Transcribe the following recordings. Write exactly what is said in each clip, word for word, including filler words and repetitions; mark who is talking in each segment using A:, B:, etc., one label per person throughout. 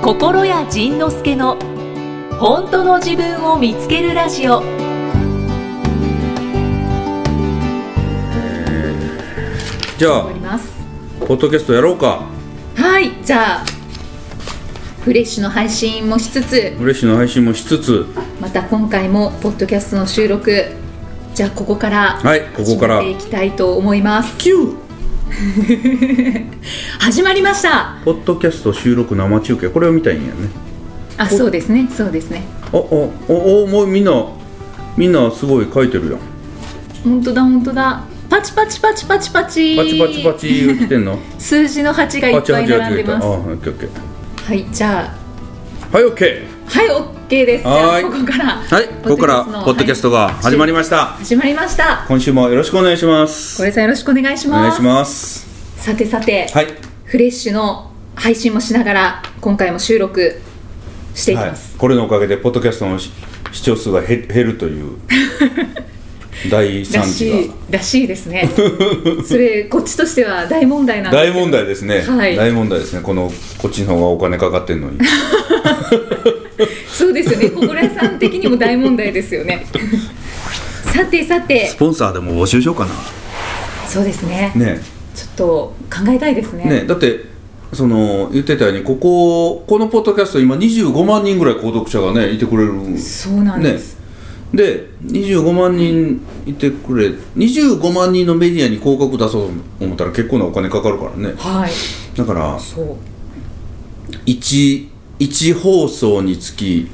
A: 心谷仁之助の本当の自分を見つけるラジオ。
B: じゃあポッドキャストやろうか。
C: はい、じゃあフレッシュの配信もしつつ
B: フレッシュの配信もしつつ
C: また今回もポッドキャストの収録、じゃあここから
B: はいここから
C: 始めていきたいと思います。
B: キュ
C: ー始まりました。
B: ポッドキャスト収録生中継、これを見たいんやね。
C: あ、そうですねそうですね。
B: おおおおもうみんなみんなすごい書いてるやん。
C: 本当だ本当だ。パチパチパチパチパチ
B: パチパチパチが来てんの
C: 数字のはちがいっぱい並んでます。
B: あ、オッケーオッケー。
C: はい、じゃ
B: あはい OK
C: はい OK です。じゃあここから
B: はいここからポッドキャストが始まりました、
C: はい、始まりました。
B: 今週もよろしくお願いします。
C: 小林さんよろしくお願いします。
B: お願いします。
C: さてさて、
B: はい、
C: フレッシュの配信もしながら今回も収録していきます、
B: はい、これのおかげでポッドキャストの視聴数が減るという大惨事が
C: らしいですね。それこっちとしては大問題なんですけど。
B: 大問題ですね、はい、大問題ですね。このこっちの方がお金かかってんのに
C: そうですよね。心屋さん的にも大問題ですよね。さてさて
B: スポンサーでも募集しようかな。
C: そうですね。
B: ね、
C: ちょっと考えたいですね。
B: ね、だってその言ってたようにこここのポッドキャスト今にじゅうごまんにんぐらい購読者がねいてくれる。
C: そうなんです、
B: ね、でにじゅうごまんにんいてくれ、にじゅうごまんにんのメディアに広告出そうと思ったら結構なお金かかるからね。
C: はい。
B: だから
C: そう
B: 1, 1放送につき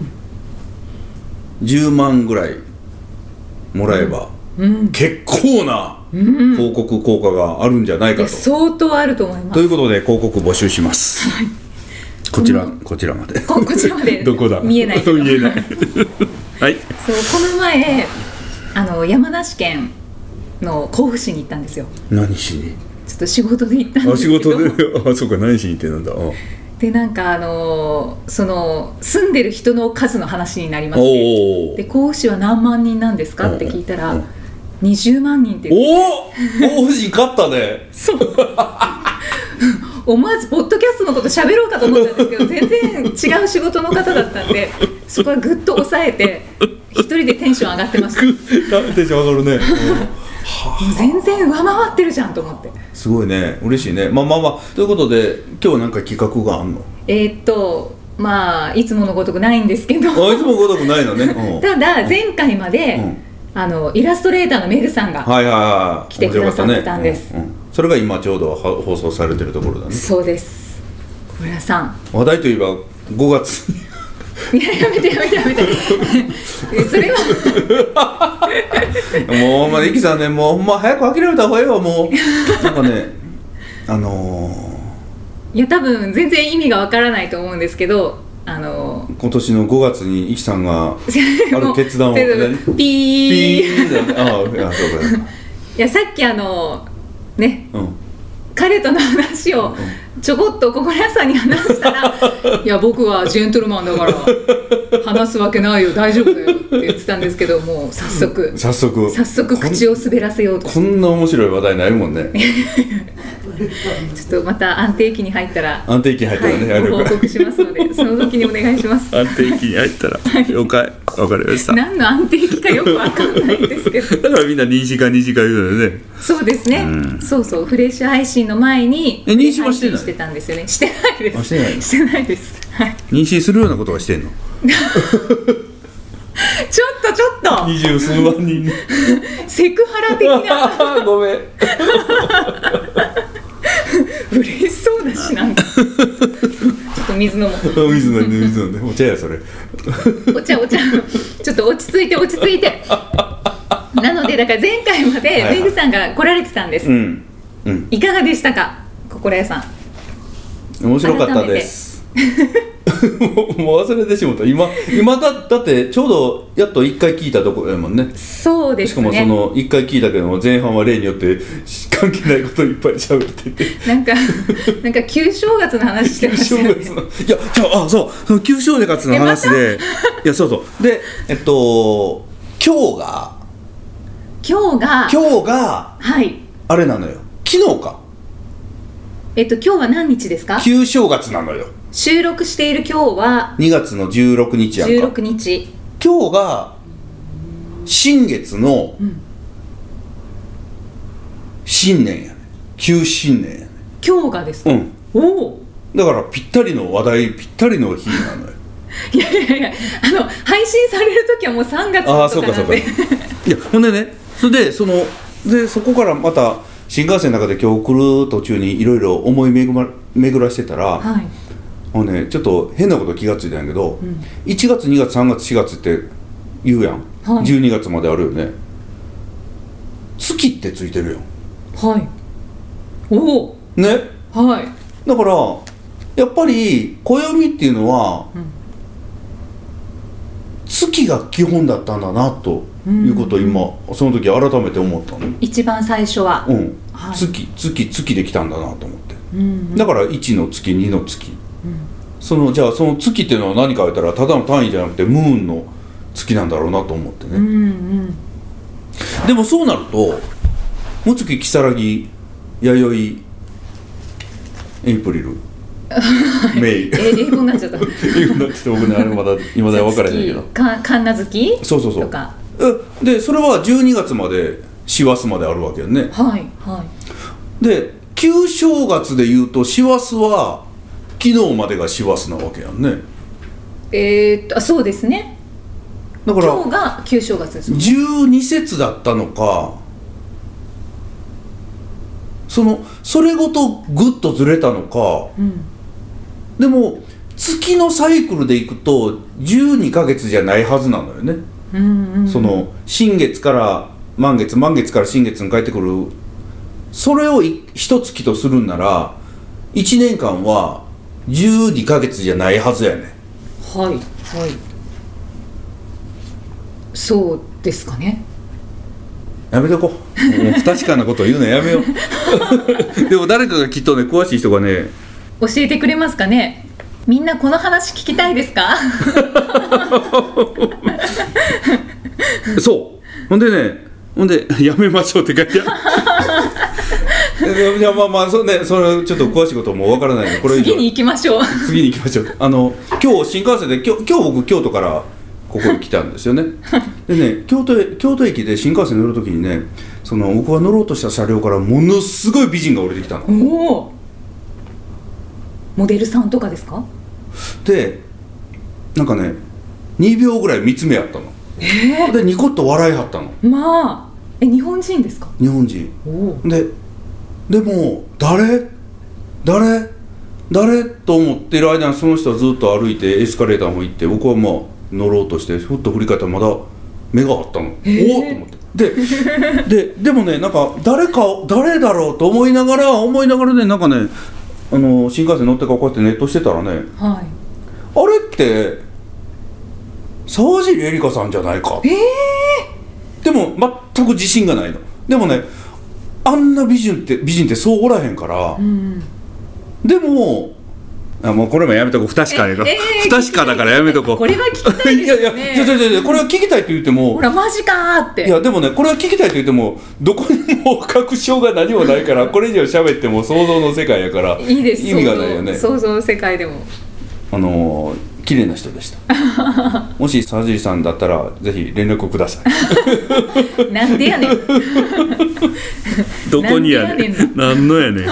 B: じゅうまんぐらいもらえば、うんうん、結構な広告効果があるんじゃないかと。
C: 相当あると思います。
B: ということで広告募集します、はい、こちらこちらまで
C: こ, こちらまで
B: どこだ
C: 見えないけど
B: 見えないはい。
C: そうこの前あの山梨県の甲府市に行ったんですよ。
B: 何しに？
C: ちょっと仕事で行ったんですけど。
B: あ、仕事で、あ、そうか、何しに行ってなんだ。あ
C: でなんかあのその住んでる人の数の話になりまして、で甲府市は何万人なんですかって聞いたらにじゅうまんにんって言ってて、
B: おお甲府市勝ったね。
C: そう思わずポッドキャストのこと喋ろうかと思ったんですけど全然違う仕事の方だったんでそこはぐっと抑えて一人でテンション上がってました。
B: テンション上がるね。
C: もう全然上回ってるじゃんと思って。
B: すごいね、嬉しいね。まあまあまあということで今日なんか企画があんの？
C: えー、っとまあいつものごとくないんですけど
B: あいつもごとくないのね。
C: ただ前回まで、うん、あのイラストレーターのメグさんが来てくださってたんです、
B: はいはいはい、うんうん、それが今ちょうど放送されてるところだね。そうです。
C: 小倉さん
B: 話題といえばごがつに
C: いややめてやめてやめてそれは
B: もうまあイキさんね、もうほんま早く諦めた方がいいわ。もうなんかねあの
C: ー、いや多分全然意味がわからないと思うんですけど、あのー、
B: 今年のごがつにイキさんがある決断をピー
C: ピー
B: ああ、いやそうか
C: いやさっきあのー、ね、うん、彼との話をちょこっと心屋さんに話したらいや僕はジェントルマンだから話すわけないよ大丈夫だよって言ってたんですけど、もう早速
B: 早速
C: 早速口を滑らせようと。
B: こんな面白い話題ないもんね
C: ちょっとまた安定期に入ったら
B: 安定期に入ったらね、
C: はい、ご報告しますのでその時にお願いします。
B: 安定期に入ったら了解、わかりました。
C: 何の安定期かよくわかんないですけど
B: だからみんな妊娠か妊娠か言うのよね。
C: そうですね、うん、そうそうフレッシュ配信の前に
B: え妊娠はしてない？
C: してたんですよね。してないです。
B: してない
C: してないです、はい、
B: 妊娠するようなことはしてんの
C: ちょっとちょっと
B: 二十数万人
C: セクハラ的な
B: ごめん
C: 嬉しそうだしなんかちょっと水飲もう
B: 水飲んで水飲んでお茶やそれ
C: お茶お茶ちょっと落ち着いて落ち着いてなのでだから前回までメグさんが来られてたんです、はいはい、うんうん、いかがでしたか心屋さん。
B: 面白かったですもう忘れてしまった。今今 だ, だってちょうどやっといっかい聞いたところやもんね。
C: そうですね。
B: しかもそのいっかい聞いたけども前半は例によって関係ないこといっぱい喋ってて
C: なんかなんか旧正月の話してましたよね。
B: 旧正月のいやじゃああそうその旧正月の話でいやそうそうでえっと今日が
C: 今日が
B: 今日が
C: はい
B: あれなのよ。昨日か。
C: えっと今日は何日ですか？
B: 旧正月なのよ。
C: 収録している今日は
B: にがつのじゅうろくにちやんか。
C: じゅうろくにち。
B: 今日が新月の新年やね。旧新年やね。
C: 今日がですか？
B: うん。
C: おお。
B: だからぴったりの話題、ぴったりの日なのよ。
C: いやいやいや、あの配信される時はもうさんがつとかなんで。ああ、そうかそうか。い
B: や、ほんでね、それでそのでそこからまた新幹線の中で今日来る途中にいろいろ思い巡ら巡らしてたら、はい、あのね、ちょっと変なこと気がついたんやけど、うん、いちがつにがつさんがつしがつって言うやん、はい、じゅうにがつまであるよね。月ってついてるやん。はい。おお。ね。はい。だからやっぱり暦っていうのは、うん、月が基本だったんだなということを今、うん、その時改めて思ったの。
C: 一番最初は、
B: うん、はい、月月月できたんだなと思って、うん、だからいちの月にの月、うん、そのじゃあその月っていうのは何か言ったらただの単位じゃなくてムーンの月なんだろうなと思ってね、うんうん、でもそうなるとむつききさらぎやよいエイプリルメイ
C: 英語になっちゃった
B: 英語になっちゃった。僕ね、あれまだ今だに分からへんけど
C: かかんな月
B: そうそうそう
C: とか
B: で、それはじゅうにがつまで師走まであるわけよね。
C: はいはい。
B: で旧正月でいうと師走は昨日までが師走なわけやんね。
C: えー、っとそうですね。
B: だから
C: 今日が旧正月ですね。
B: じゅうにせつだったのか、そのそれごとぐっとずれたのか、うん、でも月のサイクルでいくとじゅうにかげつじゃないはずなのよね、うんうんうん、その新月から満月、満月から新月に帰ってくる、それを一月とするんならいちねんかんはじゅうにかげつじゃないはずやね。
C: はいはい、そうですかね。
B: やめとこう、もう不確かなことを言うのやめようでも誰かがきっとね、詳しい人がね
C: 教えてくれますかね。みんなこの話聞きたいですか
B: そうほんでねほんでやめましょうって書いてあるいやまあまあそうね、それちょっと詳しいこともわからないのでこれ
C: 次に行きましょう
B: 次に行きましょう。あの今日新幹線で今日、今日僕京都からここに来たんですよねでね、京都へ京都駅で新幹線乗るときにね、その僕が乗ろうとした車両からものすごい美人が降りてきたの。
C: おお、モデルさんとかですか？
B: でなんかねにびょうぐらい見つめ合ったの、えー、でニコッと笑いはったの。
C: まあえ日本人ですか？
B: 日本人で、でも誰誰誰と思ってる間にその人はずっと歩いてエスカレーターも行って、僕はまあ乗ろうとしてふっと振り返ったらまだ目があったの、えー、おおと思ってでででもね、なんか誰か誰だろうと思いながら思いながらね、なんかね、あの新幹線乗ってからこうやってネットしてたらね、はい、あれって沢尻エリカさんじゃないか、えー、でも全く自信がないの。でもね、あんな美人って美人ってそうおらへんから、うん、でもあもうこれもやめとこう、不確かやから、えー、不確かだからやめとこう。
C: これは聞きたいですよね。
B: いやいやいやいや、これは聞きたいって言っても、
C: ほらマジかーって。
B: いやでもね、これは聞きたいって言ってもどこにも確証が何もないからこれ以上喋っても想像の世界やから
C: いいです、
B: 意味がないよね。
C: 想像の世界でもあ
B: のー綺麗な人でしたもし沢尻さんだったらぜひ連絡をください
C: なんでやねん
B: どこにやねんなんのやねん、うん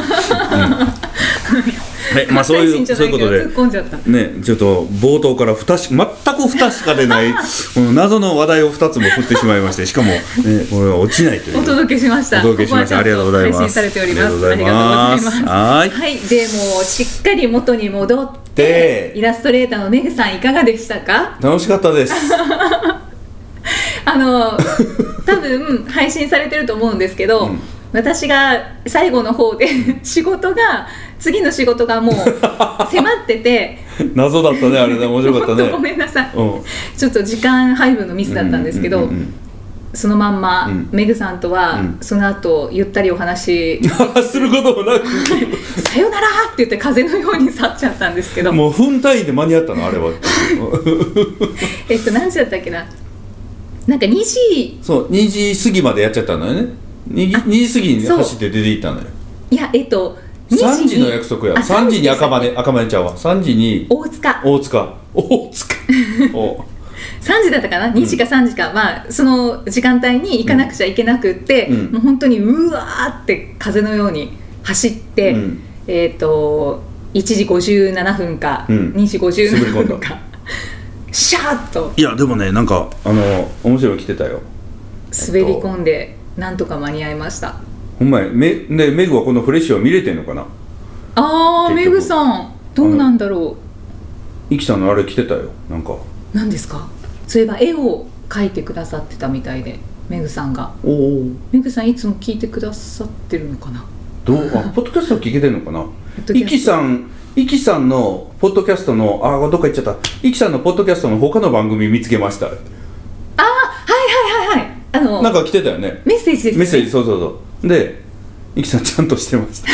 B: はい、まあそういうそういうことでね、ちょっと冒頭から不確全く不確かでないこの謎の話題をふたつも振ってしまいまして、しかも、ね、これは落ちないという
C: お届けしました。
B: お届けしました。ありがとうございます。
C: 配信されております。ありがとうございます。はい、はい、でもしっかり元に戻ってイラストレーターのメグさんいかがでしたか？
B: 楽しかったです
C: あの多分配信されてると思うんですけど、うん、私が最後の方で仕事が次の仕事がもう迫ってて
B: 謎だったね、あれね、面白かったね
C: ごめんなさい、うん、ちょっと時間配分のミスだったんですけど、うんうんうんうん、そのまんま、うん、メグさんとは、うん、その後ゆったりお話
B: することもなく
C: さよならって言って風のように去っちゃったんですけど、
B: もう分単位で間に合ったのあれは
C: えっと何時だったっけな、なんかにじ
B: そうにじ過ぎまでやっちゃったのよね。 2, 2時過ぎに走って出て行ったのよ。
C: いやえっと
B: さんじの約束や。さんじに赤羽、赤羽ちゃうわ。さんじに
C: 大塚
B: 大塚大塚お
C: さんじだったかな、にじかさんじか、まあその時間帯に行かなくちゃいけなくって、うん、もう本当にうわーって風のように走って、うん、えっ、ー、といちじごじゅうななふんか、うん、にじごじゅうななふんかシャーッと。
B: いやでもね、なんかあの面白いの来てたよ。
C: 滑り込んでなんとか間に合いました。
B: ほんまや。めでメグはこのフレッシュは見れてんのかな。
C: あーメグさんどうなんだろ
B: う。イキさんのあれ来てたよ。なんか
C: 何ですか。そういえば絵を描いてくださってたみたいで、メグさんが。おお。メグさんいつも聞いてくださってるのかな。
B: どうあポッドキャスト聞けてるのかな。イキさんイキさんのポッドキャストのあどっか行っちゃった。イキさんのポッドキャストの他の番組見つけました。あ
C: あはいはいはいはい。あの
B: なんか来てたよね。
C: メッセージですね。
B: メッセージそうそうそうでイキさんちゃんとしてました。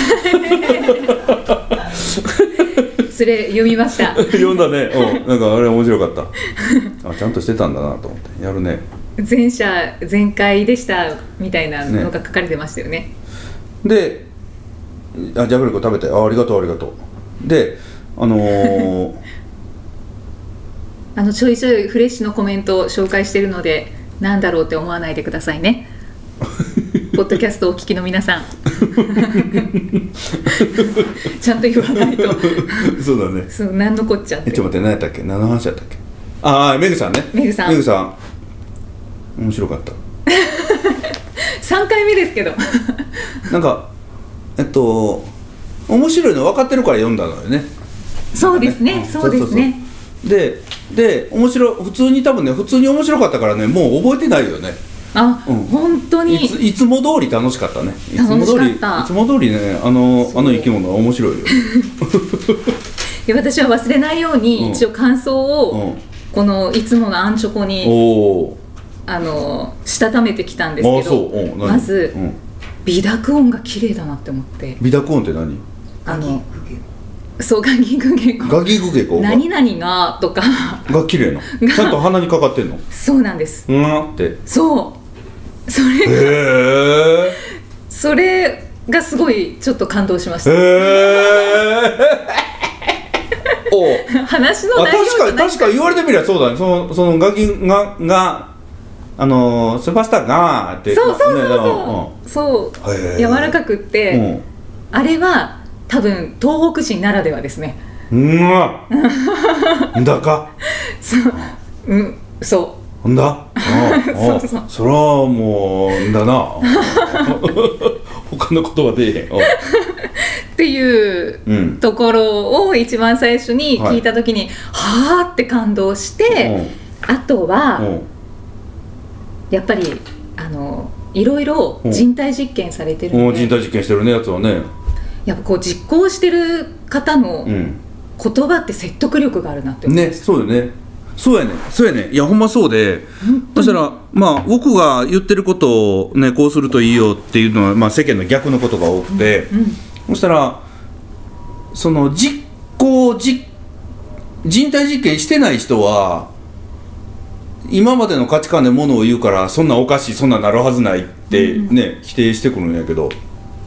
C: それ読みました。
B: 読んだね。うん、なんかあれ面白かった。あちゃんとしてたんだなと思ってやるね。
C: 前者全開でしたみたいなのが書かれてましたよね。
B: ねであじゃがりこ食べて あ, ありがとうありがとうであのー、
C: あのちょいちょいフレッシュのコメントを紹介してるのでなんだろうって思わないでくださいね。ポッドキャストをお聞きの皆さんちゃんと言わないと
B: そうだね。
C: そう何のこっちゃって。
B: えちょっと待って何やったっけ何の話やったっけ。ああメグさんね。
C: メグさん
B: メグさん面白かった。
C: さんかいめですけど
B: なんかえっと面白いの分かってるから読んだのよね。
C: そうですね、
B: うん、
C: そうですね。
B: でで面白普通に多分ね普通に面白かったからねもう覚えてないよね。
C: あ、うん、本当に
B: いつ、いつも通り楽しかったね。いつも通りいつも通りねあのあの生き物は面白いよ。
C: で私は忘れないように一応感想を、うん、このいつものアンチョコにおあのしたためてきたんですけど、まず、うん、微濁音が綺麗だなって思って。
B: 微濁音って何？
C: あのそうガギグゲコ
B: ガギグゲコ
C: 何々がとか
B: が綺麗なちゃんと鼻にかかってんの。
C: そうなんです。
B: うんって
C: そうそれがへそれがすごいちょっと感動しました。へお話の内容じゃないか。
B: 確かに確かに言われてみればそうだね。そのそのガギががあのスーパースターがーって
C: そうそうそうそう、ね、そう柔らかくって、うん、あれは多分東北人ならではですね。
B: うんわんだか
C: そううんそう
B: んだそうそうそれはもうんだな他の言葉で
C: っていうところを一番最初に聞いた時に、うん、はーって感動して、うん、あとは、うん、やっぱりあのいろいろ人体実験されてるんで、
B: うん、人体実験してるねやつはね。
C: やっぱこう実行してる方の言葉って説得力があるなって思いました、
B: ね、そうよねそうやねそうやねいやほんまそうで、そしたらまあ僕が言ってることをねこうするといいよっていうのは、まあ、世間の逆のことが多くて、うんうん、そしたらその実行実人体実験してない人は今までの価値観でものを言うからそんなおかしいそんななるはずないってね、うん、否定してくるんやけど、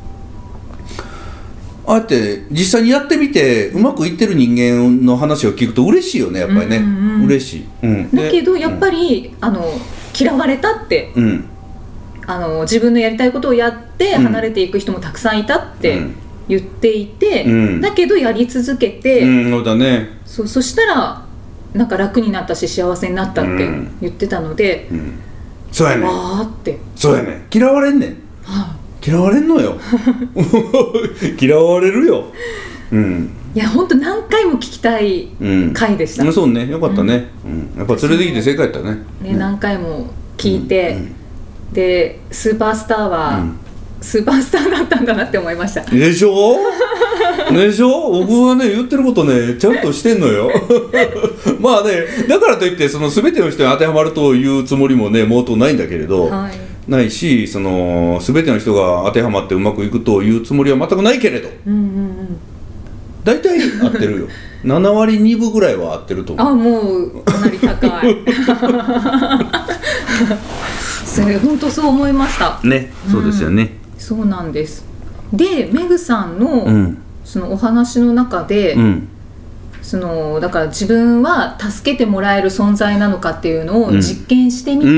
B: ああやって実際にやってみてうまくいってる人間の話を聞くと嬉しいよねやっぱりね、うんうん、嬉しい、うん、
C: だけどやっぱり、うん、あの嫌われたって、うん、あの自分のやりたいことをやって離れていく人もたくさんいたって言っていて、うん、だけどやり続けて、
B: うん、そうだね、
C: そ, そしたらなんか楽になったし幸せになったって言ってたので、うんうん、
B: そうやね
C: わーって
B: そうやね嫌われんねん、はあ嫌われんのよ嫌われるよ、うん、
C: いやほんと何回も聞きたい回でした、
B: うん、そうねよかったね、うんうん、やっぱ連れてきて正解やったね、
C: ね、何回も聞いて、うんうん、でスーパースターは、うん、スーパースターだったんだなって思いました。
B: でしょでしょ僕はね言ってることねちゃんとしてんのよまあねだからといってその全ての人に当てはまるというつもりもね毛頭ないんだけれど、はいないし、その全ての人が当てはまってうまくいくというつもりは全くないけれど、うんうんうん、大体合ってるよななわりにぶぐらいは合ってると思う。
C: あもうかなり高いそれ本当そう思いました
B: ね。そうですよね、
C: うん、そうなんです。 でメグさんの、うん、そのお話の中で、うん、そのだから自分は助けてもらえる存在なのかっていうのを実験してみて、うん、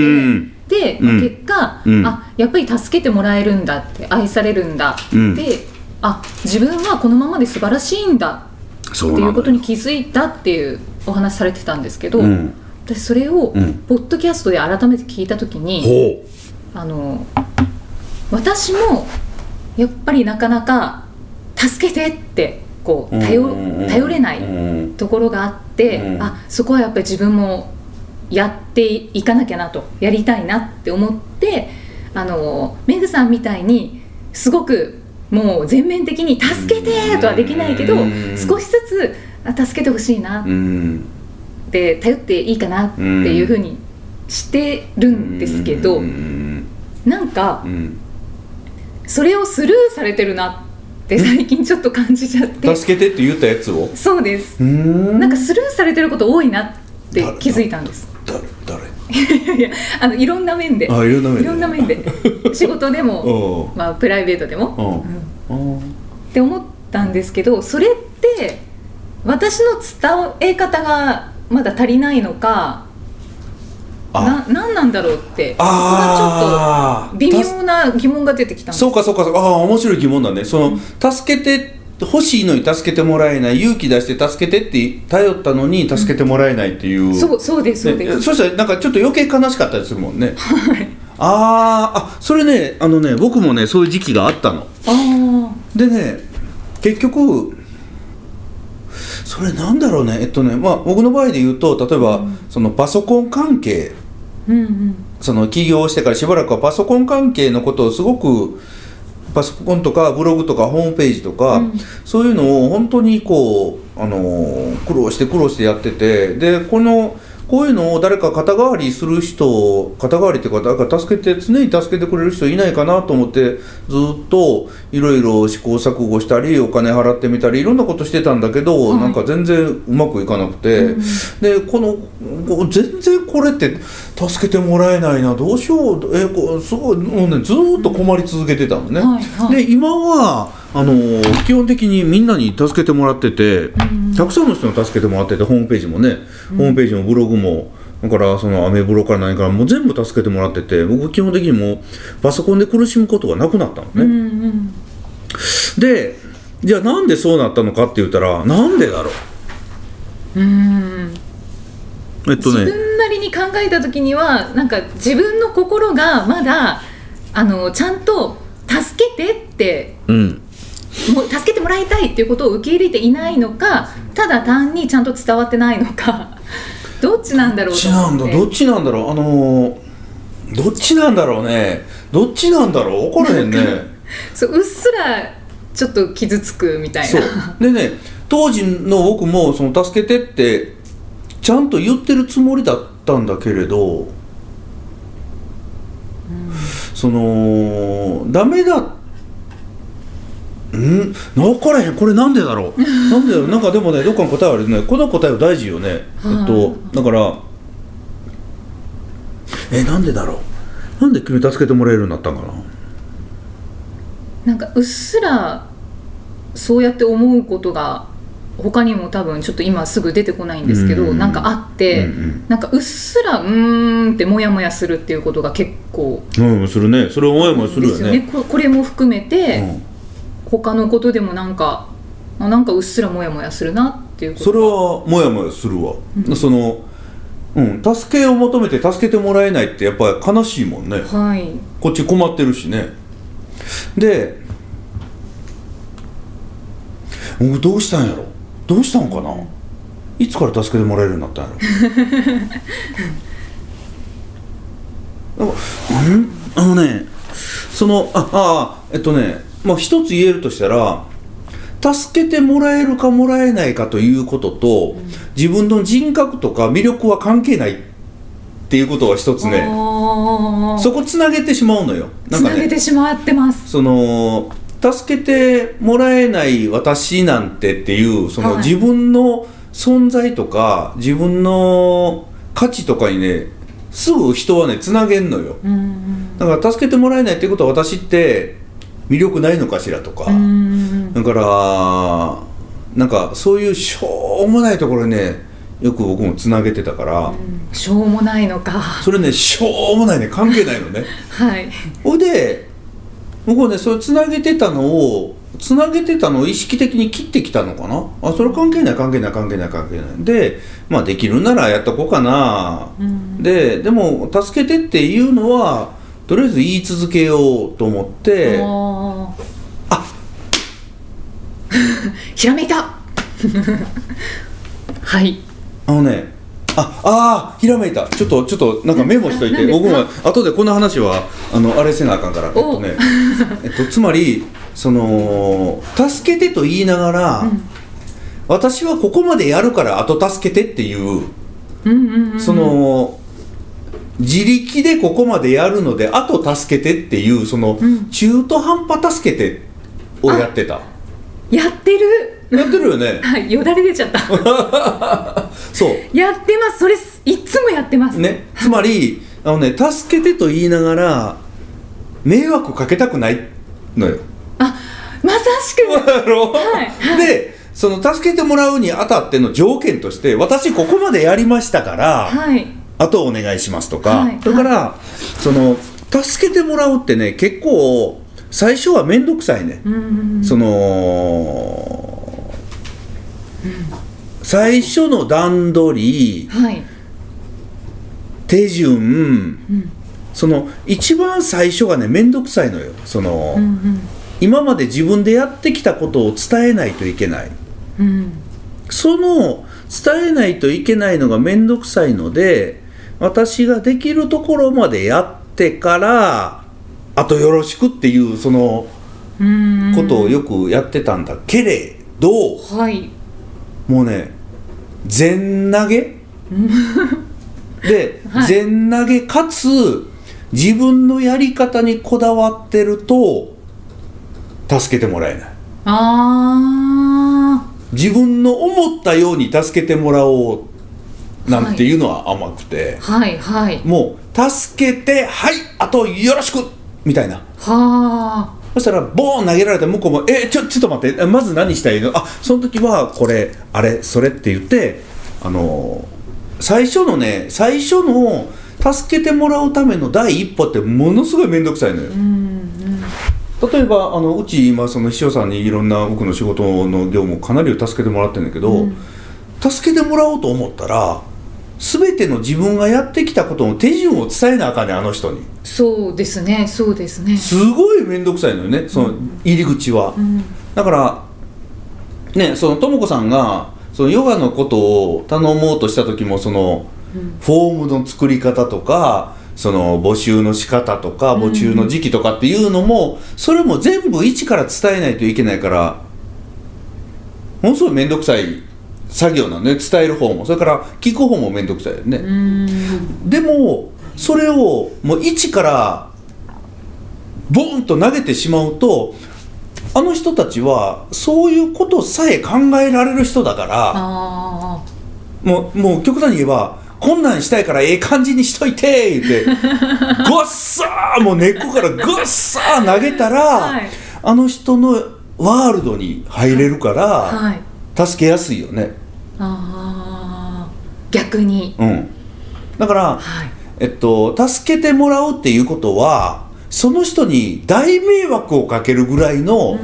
C: で、まあ、結果、うん、あやっぱり助けてもらえるんだって愛されるんだって、うん、あ自分はこのままで素晴らしいんだっていうことに気づいたっていうお話されてたんですけど、うん、私それをポッドキャストで改めて聞いたときに、うん、あの私もやっぱりなかなか助けてってこう 頼, 頼れないところがあって、うん、あそこはやっぱり自分もやっていかなきゃなとやりたいなって思ってあのメグさんみたいにすごくもう全面的に助けてとはできないけど、うん、少しずつ助けてほしいなって頼っていいかなっていう風にしてるんですけど、なんかそれをスルーされてるなって最近ちょっと感じちゃって。
B: 助けてって言ったやつを。
C: そうです。うーんなんかスルーされてること多いなって気づいたんです。
B: 誰誰
C: いやあのいろんな面で
B: あいろんな面で
C: いろんな面で仕事でもまあプライベートでも、うん、って思ったんですけど、それって私の伝え方がまだ足りないのかな、何なんだろうって、あそこがちょっと微妙な疑問が出てきたんです。
B: そうかそうかそうか、ああ面白い疑問だね。その、うん、助けて欲しいのに助けてもらえない、勇気出して助けてって頼ったのに助けてもらえないっていう、うん、
C: そうそうですそうです、
B: ね、そしたらなんかちょっと余計悲しかったりするもんね。
C: はい
B: ああそれねあのね僕もねそういう時期があったの。
C: あ
B: でね結局それなんだろうねえっとねまあ僕の場合で言うと例えば、うん、そのパソコン関係、
C: うんうん、そ
B: の起業してからしばらくはパソコン関係のことをすごくパソコンとかブログとかホームページとか、うん、そういうのを本当にこう、あのー、苦労して苦労してやってて、でこのこういうのを誰か肩代わりする人、肩代わりっていうか誰か助けて常に助けてくれる人いないかなと思ってずっといろいろ試行錯誤したりお金払ってみたりいろんなことしてたんだけど、はい、なんか全然うまくいかなくて、うん、でこの全然これって助けてもらえないなどうしようえこすごいもう、ね、ずっと困り続けてたのね、うんはいはい、で今はあの基本的にみんなに助けてもらってて、うん、たくさんの人に助けてもらっててホームページもね、うん、ホームページもブログもだからそのアメブロから何からもう全部助けてもらってて僕基本的にもうパソコンで苦しむことがなくなったのね、うんうん、でじゃあなんでそうなったのかって言ったらなんでだろう、うーんえっとね、
C: 自分なりに考えた時にはなんか自分の心がまだあのちゃんと助けてって、うん、もう助けてもらいたいっていうことを受け入れていないのかただ単にちゃんと伝わってないのかどっちなんだろうと思って。
B: どっちなんだろうあのどっちなんだろうねどっちなんだろう分からへんね
C: そううっすらちょっと傷つくみたいな。
B: そうでね当時の僕もその助けてってちゃんと言ってるつもりだったんだけれど、うん、そのダメだん分からへんこれなんでだろうなんでだろうなんかでもねどっかの答えあるねこの答えは大事よね、えっとだからえなんでだろうなんで君助けてもらえるようになったんかな。
C: なんかうっすらそうやって思うことが他にも多分ちょっと今すぐ出てこないんですけど、うんうん、なんかあって、うんうん、なんかうっすらうーんってモヤモヤするっていうことが結構
B: うんするねそれをモヤモヤするよね。
C: ですよね こ, これも含めて、うん、他のことでもなんかなんかうっすらモヤモヤするなっていうこと。
B: それはモヤモヤするわ、うん、その、うん、助けを求めて助けてもらえないってやっぱり悲しいもんね、
C: はい、
B: こっち困ってるしね。でどうしたんやろどうしたんかないつから助けてもらえるようになったんやろうんあのねそのああえっとねまあ一つ言えるとしたら助けてもらえるかもらえないかということと、うん、自分の人格とか魅力は関係ないっていうことは一つねそこつなげてしまうのよ。なんかね、
C: つなげてしまってます。
B: その助けてもらえない私なんてっていうその自分の存在とか自分の価値とかにねすぐ人はねつなげんのよ、うんうん、だから助けてもらえないっていうことは私って魅力ないのかしらとか、
C: うん、
B: だからなんかそういうしょうもないところにねよく僕もつなげてたから、うん、
C: しょうもないのか
B: それねしょうもないね関係ないのね
C: はい
B: ほいで僕はねそれつなげてたのをつなげてたのを意識的に切ってきたのかなあそれ関係ない関係ない関係ない関係ないでまあできるならやっとこうかな、うん、ででも助けてっていうのはとりあえず言い続けようと思ってあ
C: ひらめいたはい
B: あのねああひらめいたちょっとちょっとなんかメモしといて僕も後でこの話はあのあれせなあかんからえっとねえっとつまりその助けてと言いながら、うん、私はここまでやるからあと助けてっていう、うんうんうん、その自力でここまでやるのであと助けてっていうその、うん、中途半端助けてをやってた
C: やってる
B: やってるよね
C: はいよだれ出ちゃった
B: そう
C: やってますそれいつもやってます
B: ねつまりあのね助けてと言いながら迷惑かけたくないのよ
C: あまさしく
B: はいはい、でその助けてもらうにあたっての条件として私ここまでやりましたから、はい、あとお願いしますとか、はい、それから、はい、その助けてもらうってね結構最初はめんどくさいね、うんうんうん、その、うん、最初の段取り、はい、手順、うん、その一番最初がねめんどくさいのよその、うんうん、今まで自分でやってきたことを伝えないといけない、うん、その伝えないといけないのがめんどくさいので私ができるところまでやってからあとよろしくっていうそのことをよくやってたんだけれど、はい、もうね全投げで、はい、全投げかつ自分のやり方にこだわってると助けてもらえないあ自分の思ったように助けてもらおうなんていうのは甘くて、はいはいはい、もう助けてはいあとよろしくみたいなはそしたらボーン投げられて向こうもえちょちょっと待ってまず何したらいいのあその時はこれあれそれって言ってあの最初のね最初の助けてもらうための第一歩ってものすごいめんどくさいのよ、うんうん、例えばあのうち今その秘書さんにいろんな僕の仕事の業務をかなり助けてもらってるんだけど、うん、助けてもらおうと思ったら全ての自分がやってきたことの手順を伝えなあかんねあの人に
C: そうですねそうですね
B: すごいめんどくさいのよねその入り口は、うん、だからねそのともこさんがそのヨガのことを頼もうとした時もその、うん、フォームの作り方とかその募集の仕方とか募集の時期とかっていうのも、うん、それも全部一から伝えないといけないからものすごいめんどくさい作業なのね伝える方もそれから聞く方もめんどくさいよねうんでもそれをもう一からボーンと投げてしまうとあの人たちはそういうことさえ考えられる人だからあもう、もう極端に言えばこんなんしたいからええ感じにしといて言ってゴッサーもう根っこからゴッサー投げたら、はい、あの人のワールドに入れるから、はい、助けやすいよね
C: あ逆に、
B: うん、だから、はいえっと、助けてもらうっていうことはその人に大迷惑をかけるぐらいの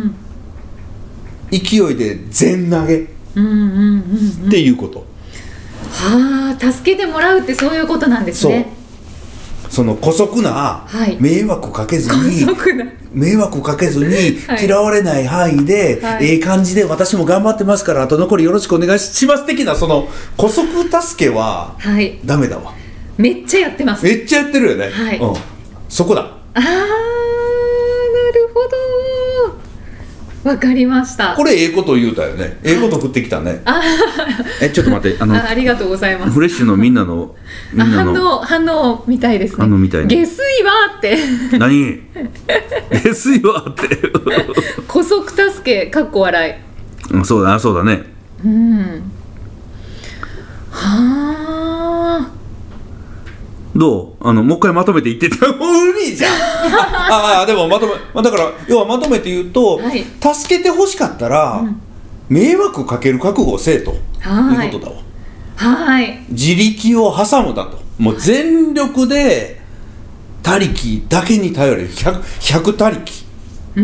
B: 勢いで全投げっていうこと、
C: はあ助けてもらうってそういうことなんですね
B: そうその姑息な迷惑かけずに、はい、迷惑かけずに嫌われない範囲で、はい、ええ感じで私も頑張ってますからあと残りよろしくお願いします的なその姑息助けはダメだわ、はい、
C: めっちゃやってます
B: めっちゃやってるよね、はいうん、そこだ
C: あーなるほどわかりました
B: これええこと言うたよねええこと振ってきたね、はい、えちょっと待ってあの
C: あ, ありがとうございます
B: フレッシュのみんなのみんなの
C: 反応反応みたいですね
B: 反応みたい
C: 下水はって
B: 何下水はって
C: 姑息助けかっこ笑い、
B: うん、そうだそうだね
C: うんはあ
B: どうあのもう一回まとめて言ってた。もう無理じゃんああでもまとめ、まあ、だから要はまとめて言うと、はい、助けてほしかったら、うん、迷惑かける覚悟をせえということだわ。
C: はい、
B: 自力を挟むだと。もう全力で他力だけに頼れる 100, ひゃく他力、うん、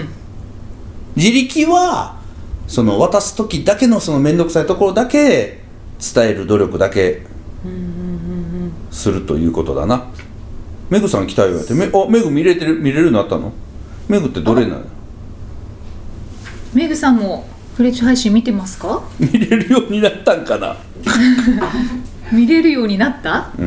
B: 自力はその渡す時だけのその面倒くさいところだけ伝える努力だけするということだな。メグさん来たよってめあメグ見れてる見れるようになったの？メグってどれなの？
C: メグさんもフレッチ配信見てますか？
B: 見れるようになったんかな
C: 見れるようになった？うん。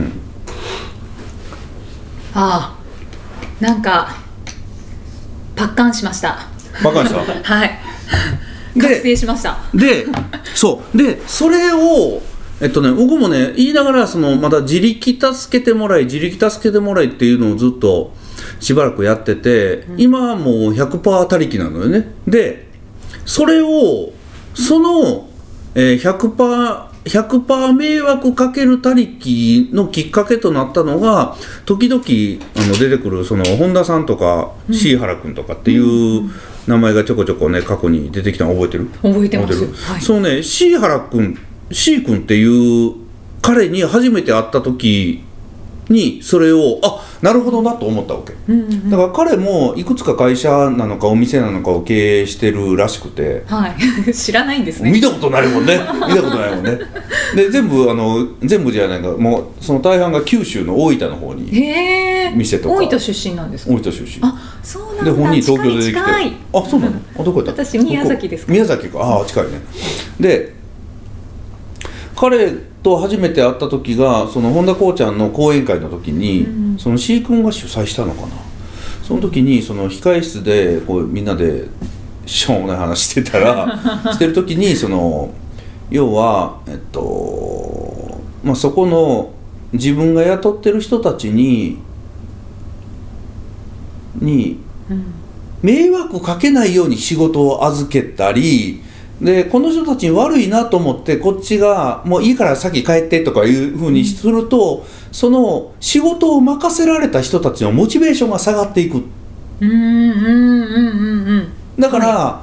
C: ああ、なんかパッカンしました。
B: パッカンした
C: はい覚醒しました。
B: で、そうでそれをえっとね僕もね言いながらそのまだ自力助けてもらい自力助けてもらいっていうのをずっとしばらくやってて、うん、今はもう ひゃくパーセント 他力なのよね。でそれをその、えー、ひゃくパーセントひゃくパーセント 迷惑かける他力のきっかけとなったのが時々あの出てくるその本田さんとか椎原君とかっていう名前がちょこちょこね過去に出てきたの覚えてる？
C: 覚えてます、
B: はい、そうね椎原君 C 君っていう彼に初めて会った時にそれをあなるほどなと思ったわけ、うんうん、だから彼もいくつか会社なのかお店なのかを経営してるらしくて、
C: はい、知らないんですね。
B: 見たことないもんね見たことないもんねで全部あの全部じゃないかもうその大半が九州の大分の方に店とか。
C: 大分出身なんですか？
B: 大分出身。
C: あそうなんだ。
B: で本人東京でできて
C: 近い
B: あそうなのあどこやった？
C: 私宮崎ですか？
B: 宮崎かあ近いね。で彼と初めて会った時がその本田こうちゃんの講演会の時に、うん、その C 君が主催したのかな。その時にその控室でこうみんなでしょうもない話してたらしてる時にその要はえっとまあそこの自分が雇ってる人たちにに迷惑かけないように仕事を預けたりでこの人たちに悪いなと思ってこっちがもういいから先帰ってとかいう風にすると、うん、その仕事を任せられた人たちのモチベーションが下がっていく。
C: うんうんうんうんうん
B: だから、はい、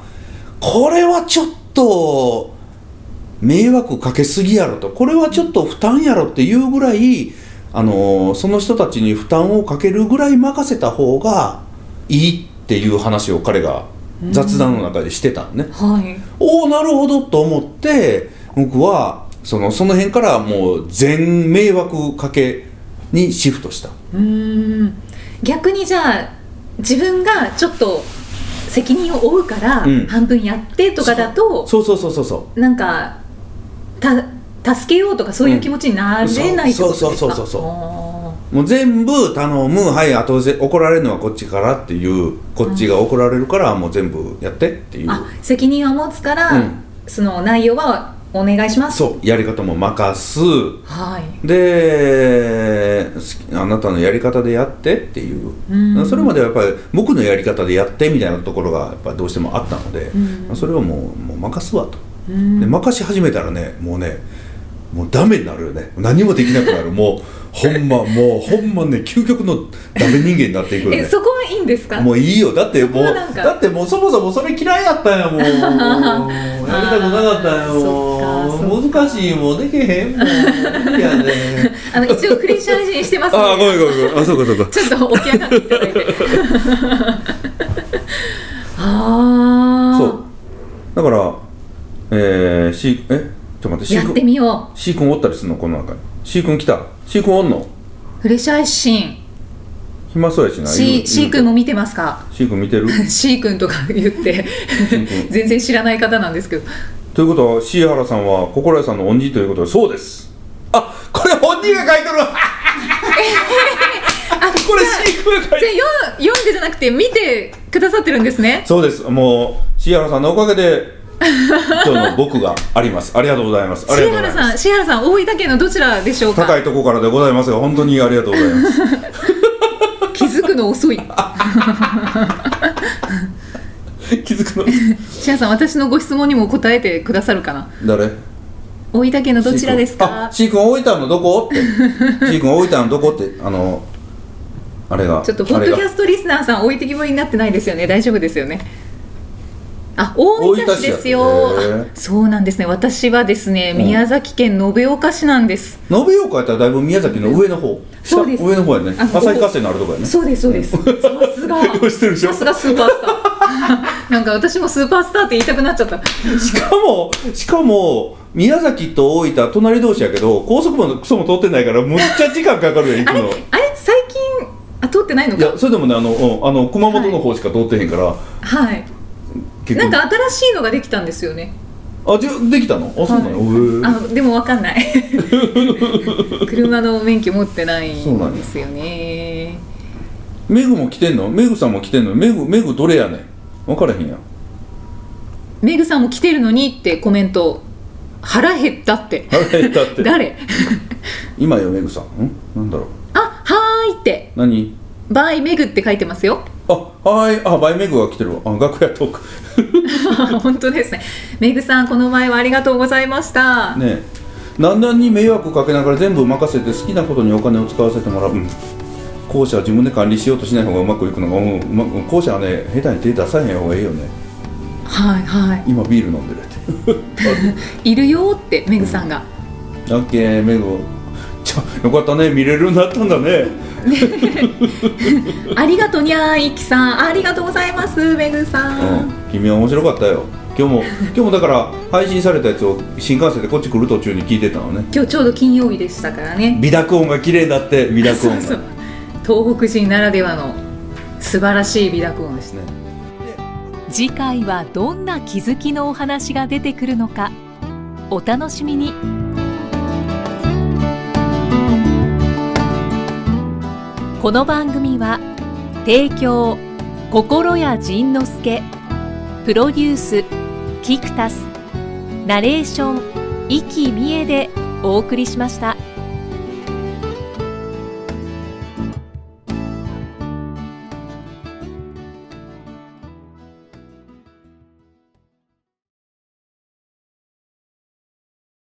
B: これはちょっと迷惑かけすぎやろとこれはちょっと負担やろっていうぐらいあのその人たちに負担をかけるぐらい任せた方がいいっていう話を彼が雑談の中でしてたのね、
C: はい、
B: おおなるほどと思って僕はその、その辺からもう全迷惑かけにシフトした。
C: うーん逆にじゃあ自分がちょっと責任を負うから半分やってとかだと、
B: うん、そうそうそうそうそう
C: なんかた助けようとかそういう気持ちになれないってことですか？
B: そうそうそうそうそうもう全部頼むはい後で怒られるのはこっちからっていうこっちが怒られるからもう全部やってっていう、
C: あ責任を持つから、うん、その内容はお願いします。
B: そうやり方も任す、
C: はい、
B: であなたのやり方でやってっていう、うん、それまではやっぱり僕のやり方でやってみたいなところがやっぱどうしてもあったので、うん、それはもう、もう任すわと、うん、で任し始めたらねもうねもうダメになるよね。何もできなくなるもうほんまもうほんまね究極のダメ人間になっていくよね。
C: えそこはいいんですか？
B: もういいよだってもうだってもうそもそもそれ嫌いやったんやもうやりたくなかったんやもう難しいもうできへんもう無理やね
C: あの一応フレッシュ配信してますので
B: あごめんごめんごめんあそうかそうか
C: ちょっと起き上がっていただいてああ
B: そうだからえー、C えちょっと待って
C: やってみよ
B: う C 君おったりするのこの中に C 君来た C 君おんの
C: フレッシュ配信
B: 暇そうやしな
C: C, C 君も見てますか？
B: C 君見てる
C: C 君とか言って全然知らない方なんですけど
B: ということは椎原さんは心屋さんの恩人ということでそうですあこれ本人が書いてるあこれ C 君が書いてる
C: じゃあ読んでじゃなくて見てくださってるんですね。
B: そうですもう椎原さんのおかげで今日の僕がありますありがとうございます
C: 椎原さん椎原さん大分県のどちらでしょうか？
B: 高いところからでございますが本当にありがとうございます
C: 気づくの遅い
B: 気づくの
C: 椎原さん私のご質問にも答えてくださるかな？
B: 誰？
C: 大分県のどちらですか？
B: あ、C君大分のどこってC君大分のどこってあのあれが
C: ちょっとポッドキャストリスナーさん置いてきぼりになってないですよね。大丈夫ですよね。あ、大分市ですよ。あ、そうなんですね。私はですね、うん、宮崎県延岡市なんです。
B: 延岡やったらだいぶ宮崎の上の方。
C: そうです。
B: 上の方やね。旭化成のあるとこやね。
C: そうですそうです。さすが。さすがスーパースター。なんか私もスーパースターって言いたくなっちゃった。
B: しかもしかも宮崎と大分隣同士やけど高速もクソも通ってないからむっちゃ時間かかるよ行くの。
C: あれあれ最近あ通ってないのか。
B: いやそれでもねあの、うん、あの熊本の方しか通ってへんから。
C: はい。なんか新しいのができたんですよね。
B: あ、じゃできたの？あ、そうなの？
C: あのでもわかんない。車の免許持ってないんですよね。
B: メグも来てんの？メグさんも来てんの？メグメグどれやねん？分からへんやん。
C: メグさんも来てるのにってコメント。腹減ったって。
B: 腹減ったって。
C: 誰？
B: 今よメグさん。ん？なんだろう。
C: あ、はーいって。
B: 何？
C: バイメグって書いてますよ。
B: あ、はい、あ、バイメグが来てるわ。あ、楽屋トーク。
C: 本当ですね。メグさん、この前はありがとうございました。
B: ねえ、何々に迷惑かけながら全部任せて好きなことにお金を使わせてもらう。うん、後者は自分で管理しようとしない方がうまくいくのが、うん、うま後者はね、下手に手出さへん方がいいよね。
C: はいはい。
B: 今ビール飲んでるって。
C: いるよってメグさんが。
B: オッケー、メグ。ちょ、よかったね、見れるようになったんだね。
C: ありがとうにゃーいきさん、ありがとうございますメグさん、うん、
B: 君は面白かったよ。今日も今日もだから配信されたやつを新幹線でこっち来る途中に聞いてたのね。
C: 今日ちょうど金曜日でしたからね。
B: 微濁音が綺麗だって。微濁音が
C: そうそう東北人ならではの素晴らしい微濁音ですね。
A: 次回はどんな気づきのお話が出てくるのかお楽しみに。この番組は提供心谷仁之助、プロデュースキクタス、ナレーション生きみえでお送りしました。